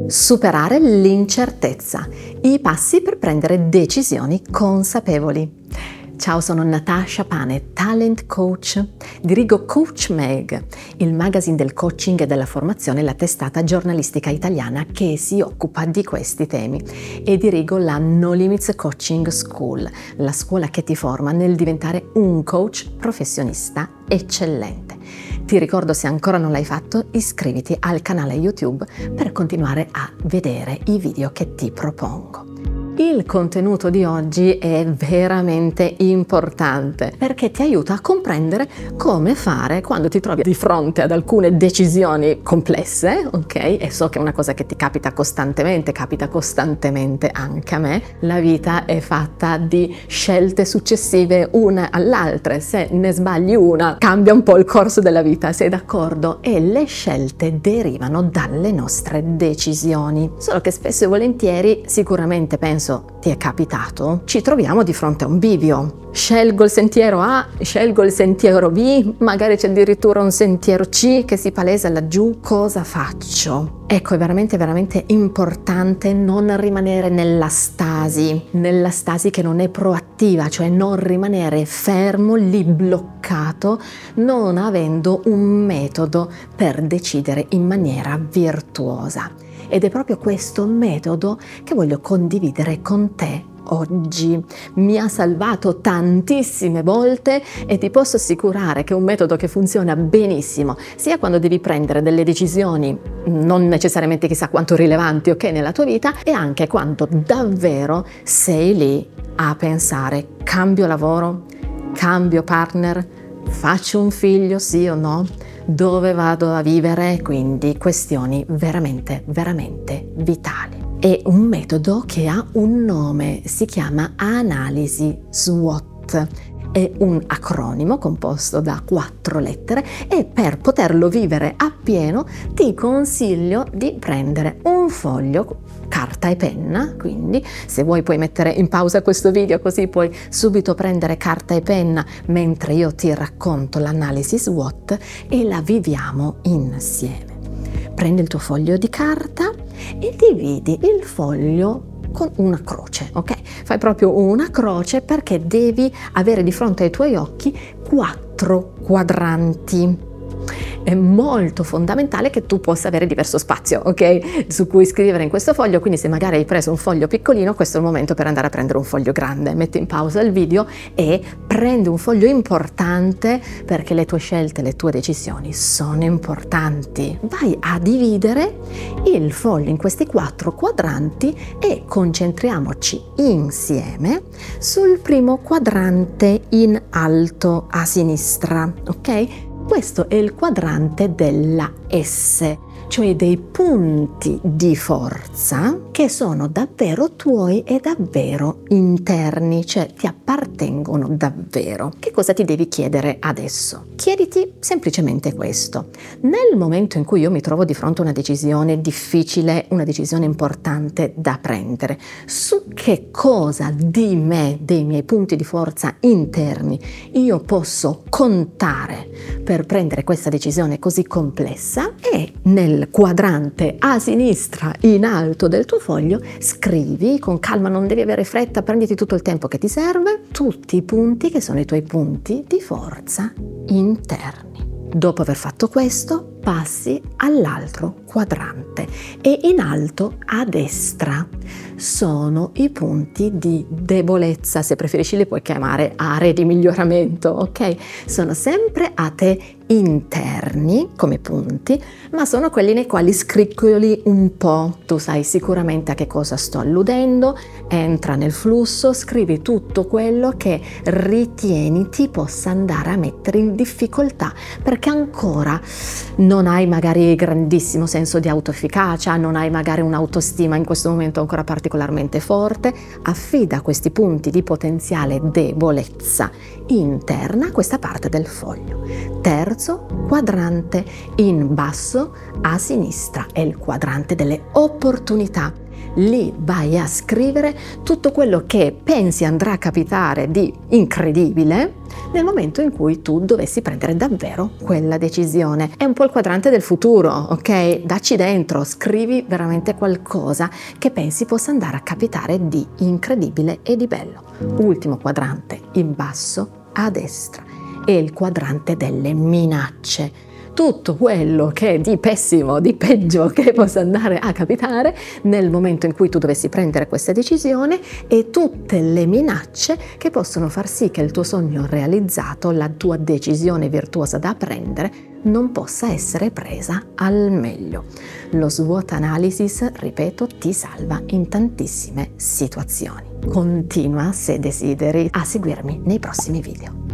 Superare l'incertezza. I passi per prendere decisioni consapevoli. Ciao, sono Natasha Pane, talent coach. Dirigo Coach Mag, il magazine del coaching e della formazione, la testata giornalistica italiana che si occupa di questi temi. E dirigo la No Limits Coaching School, la scuola che ti forma nel diventare un coach professionista eccellente. Ti ricordo, se ancora non l'hai fatto, iscriviti al canale YouTube per continuare a vedere i video che ti propongo. Il contenuto di oggi è veramente importante perché ti aiuta a comprendere come fare quando ti trovi di fronte ad alcune decisioni complesse, ok? E so che è una cosa che ti capita costantemente anche a me. La vita è fatta di scelte successive una all'altra. Se ne sbagli una, cambia un po' il corso della vita, sei d'accordo? E le scelte derivano dalle nostre decisioni. Solo che spesso e volentieri, sicuramente penso ti è capitato, ci troviamo di fronte a un bivio. Scelgo il sentiero A, scelgo il sentiero B, magari c'è addirittura un sentiero C che si palesa laggiù. Cosa faccio? Ecco, è veramente importante non rimanere nella stasi che non è proattiva, cioè non rimanere fermo, lì bloccato, non avendo un metodo per decidere in maniera virtuosa. Ed è proprio questo metodo che voglio condividere con te oggi. Mi ha salvato tantissime volte e ti posso assicurare che è un metodo che funziona benissimo, sia quando devi prendere delle decisioni non necessariamente chissà quanto rilevanti, ok, nella tua vita, e anche quando davvero sei lì a pensare: cambio lavoro, cambio partner, faccio un figlio, sì o no? Dove vado a vivere? Quindi questioni veramente vitali. È un metodo che ha un nome, si chiama analisi SWOT. È un acronimo composto da 4 lettere e per poterlo vivere appieno ti consiglio di prendere un foglio, carta e penna. Quindi se vuoi puoi mettere in pausa questo video, così puoi subito prendere carta e penna mentre io ti racconto l'analisi SWOT e la viviamo insieme. Prendi il tuo foglio di carta e dividi il foglio con una croce, ok? Fai proprio una croce perché devi avere di fronte ai tuoi occhi 4 quadranti. È molto fondamentale che tu possa avere diverso spazio, ok? Su cui scrivere in questo foglio, quindi se magari hai preso un foglio piccolino, questo è il momento per andare a prendere un foglio grande. Metti in pausa il video e prendi un foglio importante perché le tue scelte, le tue decisioni sono importanti. Vai a dividere il foglio in questi 4 quadranti e concentriamoci insieme sul primo quadrante in alto a sinistra, ok? Questo è il quadrante della S, cioè dei punti di forza che sono davvero tuoi e davvero interni, cioè ti appartengono davvero. Che cosa ti devi chiedere adesso? Chiediti semplicemente questo: nel momento in cui io mi trovo di fronte a una decisione difficile, una decisione importante da prendere, su che cosa di me, dei miei punti di forza interni, io posso contare per prendere questa decisione così complessa? E nel quadrante a sinistra in alto del tuo foglio scrivi con calma, non devi avere fretta, prenditi tutto il tempo che ti serve, tutti i punti che sono i tuoi punti di forza interni. Dopo aver fatto questo, passi all'altro quadrante e in alto a destra sono i punti di debolezza, se preferisci li puoi chiamare aree di miglioramento, ok? Sono sempre a te interni come punti, ma sono quelli nei quali scricchioli un po'. Tu sai sicuramente a che cosa sto alludendo, entra nel flusso, scrivi tutto quello che ritieni ti possa andare a mettere in difficoltà, perché ancora non hai magari grandissimo senso di autoefficacia, non hai magari un'autostima in questo momento ancora particolarmente forte. Affida questi punti di potenziale debolezza interna a questa parte del foglio. Terzo quadrante in basso a sinistra è il quadrante delle opportunità. Lì vai a scrivere tutto quello che pensi andrà a capitare di incredibile nel momento in cui tu dovessi prendere davvero quella decisione. È un po' il quadrante del futuro, ok? Dacci dentro, scrivi veramente qualcosa che pensi possa andare a capitare di incredibile e di bello. Ultimo quadrante, in basso a destra, è il quadrante delle minacce. Tutto quello che è di pessimo, di peggio che possa andare a capitare nel momento in cui tu dovessi prendere questa decisione e tutte le minacce che possono far sì che il tuo sogno realizzato, la tua decisione virtuosa da prendere, non possa essere presa al meglio. Lo SWOT analysis, ripeto, ti salva in tantissime situazioni. Continua, se desideri, a seguirmi nei prossimi video.